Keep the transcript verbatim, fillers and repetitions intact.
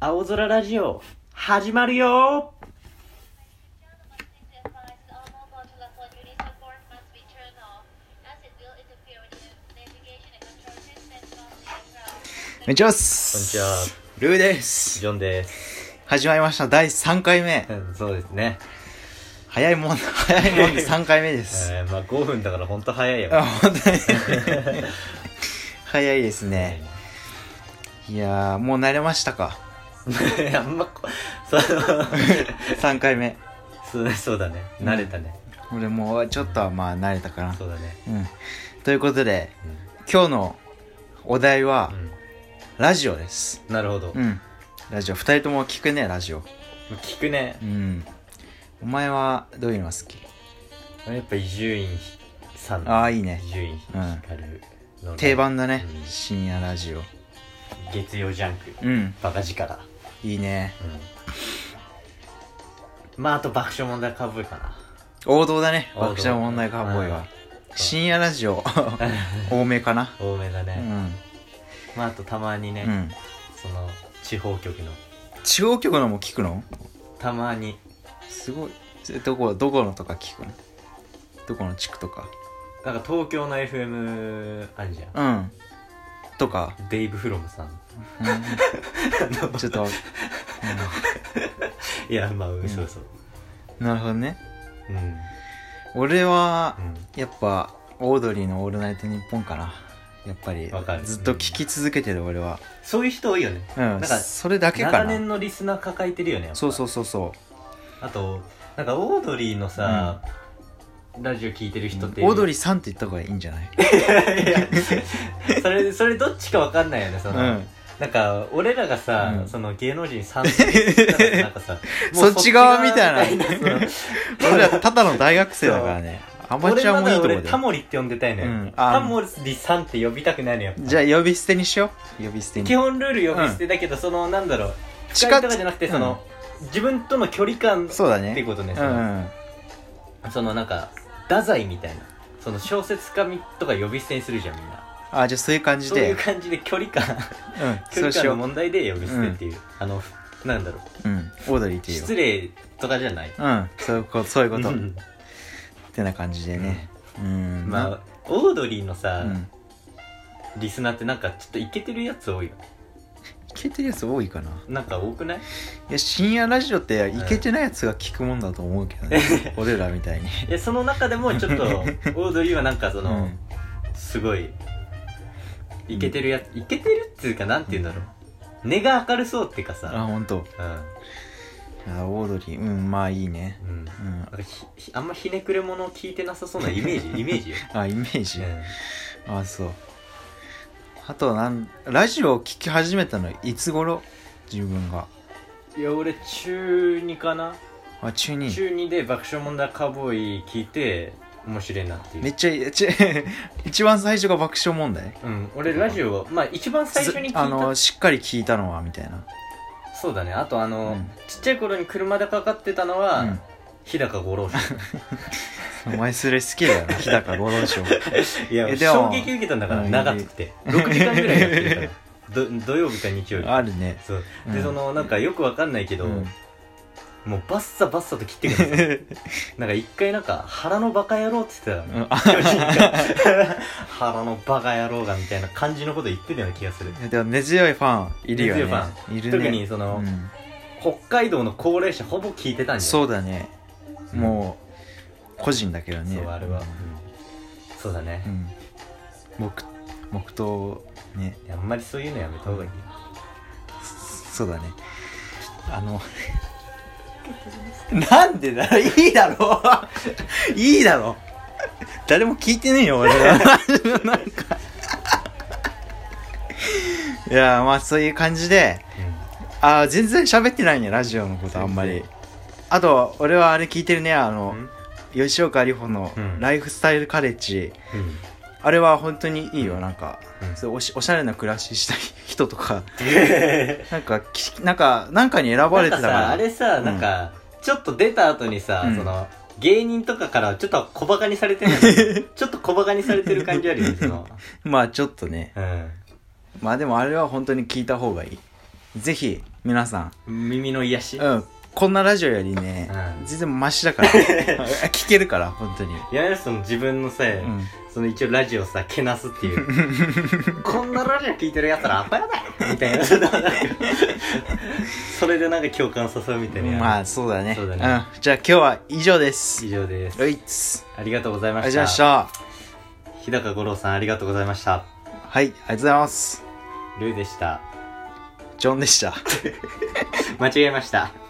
青空ラジオ始まるよ。 こんにちは。 こんにちは。 ルーです。 ジョンです。 始まりました。だいさんかいめ。 そうですね。 早いもん、早いもんでさんかいめです。 えー、まあごふんだからほんと早いよ。 あ、本当に早いですね。いやー、もう慣れましたか？ あんまこそのさんかいめ。 そうね、そうだね。慣れたね。 うん、俺もちょっとはまあ慣れたかな。 そうだね。 うん。ということで、 うん、 今日のお題は、 うん、 ラジオです。 なるほど。 うん。ラジオ。二人とも聞くね、ラジオ。 聞くね。 うん。お前はどういうのが好き？ やっぱ伊集院さん。 ああ、いいね。 伊集院光の、 うん、定番だね、 うん、 深夜ラジオ。 月曜ジャンク。 うん。 バカ力。 いいね。 うん。まああと爆笑問題カーボーイかな。 王道だね。爆笑問題カーボーイは。深夜ラジオ多めかな。 多めだね。 うん。 まああとたまにね、うん、その地方局の。 地方局のも聞くの？ たまに。 すごい。どこどこのとか聞くの？どこの地区とか？ なんか東京の エフエム あるじゃん。 うん。とか。 デイブフロムさん。 うん、ちょっと。うん、 いやまあ、うん、そうそう。 なるほどね。 うん。 俺は、うん、やっぱオードリーのオールナイトニッポンかな。やっぱりずっと聞き続けてる俺は。 そういう人多いよね。 うん。なんかそれだけかな。 長年のリスナー抱えてるよね。やっぱそうそうそうそう。 あとなんかオードリーのさ、うん、ラジオ聞いてる人って、 うん、オードリーさんって言った方がいいんじゃない？いやそれそれどっちか分かんないよね。その、うん、なんか俺らがさ、うん、その芸能人さんってなんかさそっち側みたいな俺らただの大学生だからね。アマチュアもいいとこで。 俺タモリって呼んでたいのよ、うん、タモリさんって呼びたくないのよ。 じゃあ呼び捨てにしよう。呼び捨てに。 基本ルール呼び捨てだけど、うん、そのなんだろう近いとかじゃなくて、その、うん、自分との距離感っていうことね。その、うん、そのなんか太宰みたいなその小説家とか呼び捨てにするじゃんみんな。 あ、じゃあそういう感じで。 そういう感じで距離感、うん、距離感の問題で呼び捨てっていう、うん、あのなんだろう、うん、 オードリーっていう失礼とかじゃない。 うん、そういうことそういうことってな感じでね。うん、うん、 まあオードリーのさ、うん、リスナーってなんかちょっとイケてるやつ多いよね。 イケてるやつ多いかな。 なんか多くない？いや深夜ラジオってイケてないやつが聞くもんだと思うけどね、うん、俺らみたいに。 いやその中でもちょっとオードリーはなんかその、うん、すごいイケてるやつ、うん、イケてるっていうかなんていうんだろう、うん、根が明るそうっていうかさ。 あ、ほんと。うん、あ、オードリー、うん、まあいいね。うん、うん、 あんまひねくれ者を聞いてなさそうなイメージイメージよ。 あ、イメージ、うん、あ、そう。あとなんラジオを聞き始めたのいつ頃？自分が。 いや俺中にかな。 あ、中に。 中にで爆笑問題カーボーイ聞いて面白いなっていう。 めっちゃ一番最初が爆笑問題。 うん、俺ラジオまあ一番最初に聞いた、 あのしっかり聞いたのはみたいな。 そうだね。あとあの、うん、ちっちゃい頃に車でかかってたのは、うん、日高五郎賞。 お前それ好きだよな、日高五郎賞。 いや衝撃受けたんだから、長くてろくじかんぐらいやってるからど土曜日か日曜日あるね。 そうで、うん、そのなんかよくわかんないけど、うん、もうバッサバッサと切ってくるなんか一回なんか腹のバカ野郎って言ってたからね、腹のバカ野郎がみたいな感じのこと言ってるような気がする。 でも根強いファンいるよね。 根強いファンいるね。特にその、うん、北海道の高齢者ほぼ聞いてたんじゃん。 そうだね、うん、もう個人だけどね。 そうあれは、うん、そうだね、うん、 黙黙祷ね。 あんまりそういうのやめた方がいいよ。 そうだね。あのなんでだろ、いいだろいいだろ、誰も聞いてねえよ俺は。なんかいやまあそういう感じで、うん、あ全然喋ってないねラジオのことあんまり。あと俺はあれ聞いてるね、あの、うん、吉岡里帆のライフスタイルカレッジ、うん、あれは本当にいいよ。なんか、うん、そう お, しおしゃれな暮らししたい人とかなんかなんかなんかに選ばれてたから。 なんかさあれさ、うん、なんかちょっと出た後にさ、うん、その芸人とかからちょっと小バカにされてるちょっと小バカにされてる感じあるよね。そのまあちょっとね、うん、まあでもあれは本当に聞いた方がいい。 ぜひ皆さん耳の癒し、 うんこんなラジオよりね、うん、全然マシだから聞けるから本当に。 やめるその自分のさ、うん、その一応ラジオさけなすっていうこんなラジオ聞いてるやつらアホやだみたいなそれでなんか共感誘うみたいな。 まあそうだね。そうだね、うん、じゃあ今日は以上です。 以上です。 ういっつありがとうございました。 ありがとうございました。 日高五郎さんありがとうございました。 はい、ありがとうございます。 ルーでした。 ジョンでした。 間違えました。